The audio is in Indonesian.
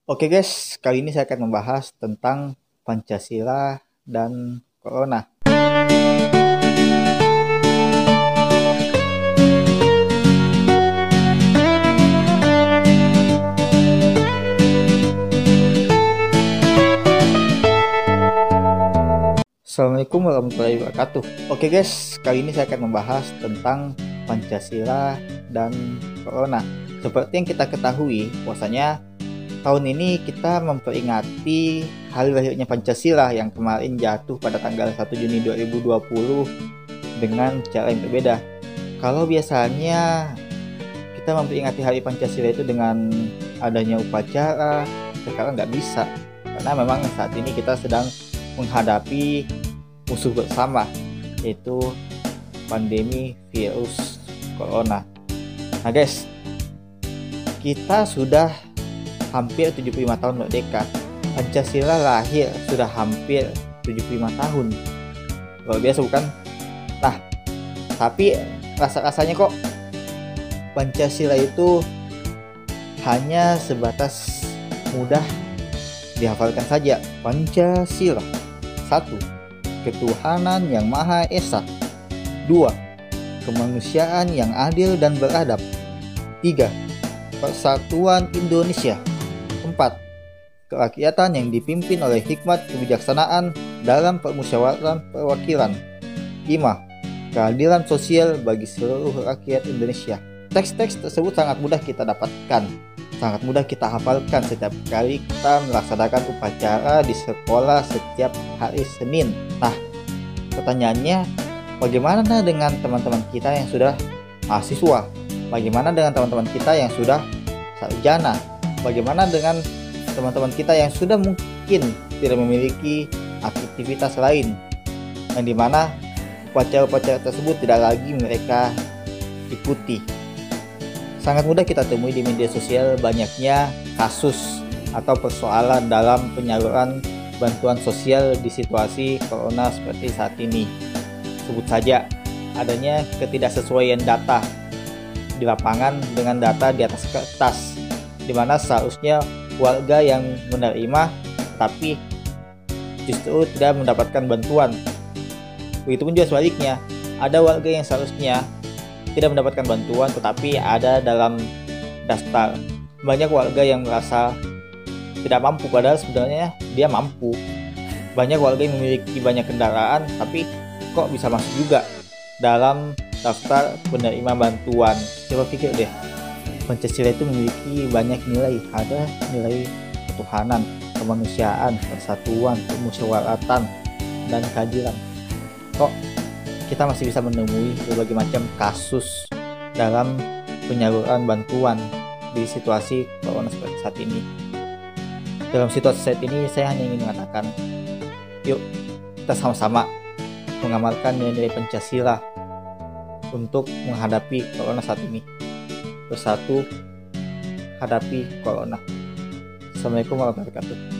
Oke guys, kali ini saya akan membahas tentang Pancasila dan Corona. Assalamualaikum warahmatullahi wabarakatuh. Oke guys, kali ini saya akan membahas tentang Pancasila dan Corona. Seperti yang kita ketahui, bahwasanya tahun ini kita memperingati hari lahirnya Pancasila yang kemarin jatuh pada tanggal 1 Juni 2020 dengan cara yang berbeda. Kalau biasanya kita memperingati hari Pancasila itu dengan adanya upacara, sekarang nggak bisa. Karena memang saat ini kita sedang menghadapi musuh bersama, yaitu pandemi virus corona. Nah guys, kita sudah hampir 75 tahun merdeka. Pancasila lahir sudah hampir 75 tahun. Luar biasa bukan? Nah, tapi rasa-rasanya kok Pancasila itu hanya sebatas mudah dihafalkan saja. Pancasila. 1. Ketuhanan yang Maha Esa. 2. Kemanusiaan yang adil dan beradab. 3. Persatuan Indonesia. 4. Kerakyatan yang dipimpin oleh hikmat kebijaksanaan dalam permusyawaratan perwakilan. 5. Keadilan sosial bagi seluruh rakyat Indonesia. Teks-teks tersebut sangat mudah kita dapatkan, sangat mudah kita hafalkan setiap kali kita melaksanakan upacara di sekolah setiap hari Senin. Nah, pertanyaannya, bagaimana dengan teman-teman kita yang sudah mahasiswa? Bagaimana dengan teman-teman kita yang sudah sarjana? Bagaimana dengan teman-teman kita yang sudah mungkin tidak memiliki aktivitas lain, yang dimana upacara-upacara tersebut tidak lagi mereka ikuti? Sangat mudah kita temui di media sosial banyaknya kasus atau persoalan dalam penyaluran bantuan sosial di situasi corona seperti saat ini. Sebut saja adanya ketidaksesuaian data di lapangan dengan data di atas kertas, di mana seharusnya warga yang menerima tapi justru tidak mendapatkan bantuan. Begitupun juga sebaliknya, ada warga yang seharusnya tidak mendapatkan bantuan tetapi ada dalam daftar. Banyak warga yang merasa tidak mampu padahal sebenarnya dia mampu. Banyak warga yang memiliki banyak kendaraan tapi kok bisa masuk juga dalam daftar penerima bantuan. Coba pikir deh, Pancasila itu memiliki banyak nilai. Ada nilai ketuhanan, kemanusiaan, persatuan, kemusyawaratan, dan keadilan. Kok kita masih bisa menemui berbagai macam kasus dalam penyaluran bantuan di situasi corona seperti saat ini? Dalam situasi saat ini saya hanya ingin mengatakan, yuk kita sama-sama mengamalkan nilai-nilai Pancasila untuk menghadapi corona saat ini. Bersatu hadapi corona. Assalamualaikum warahmatullahi wabarakatuh.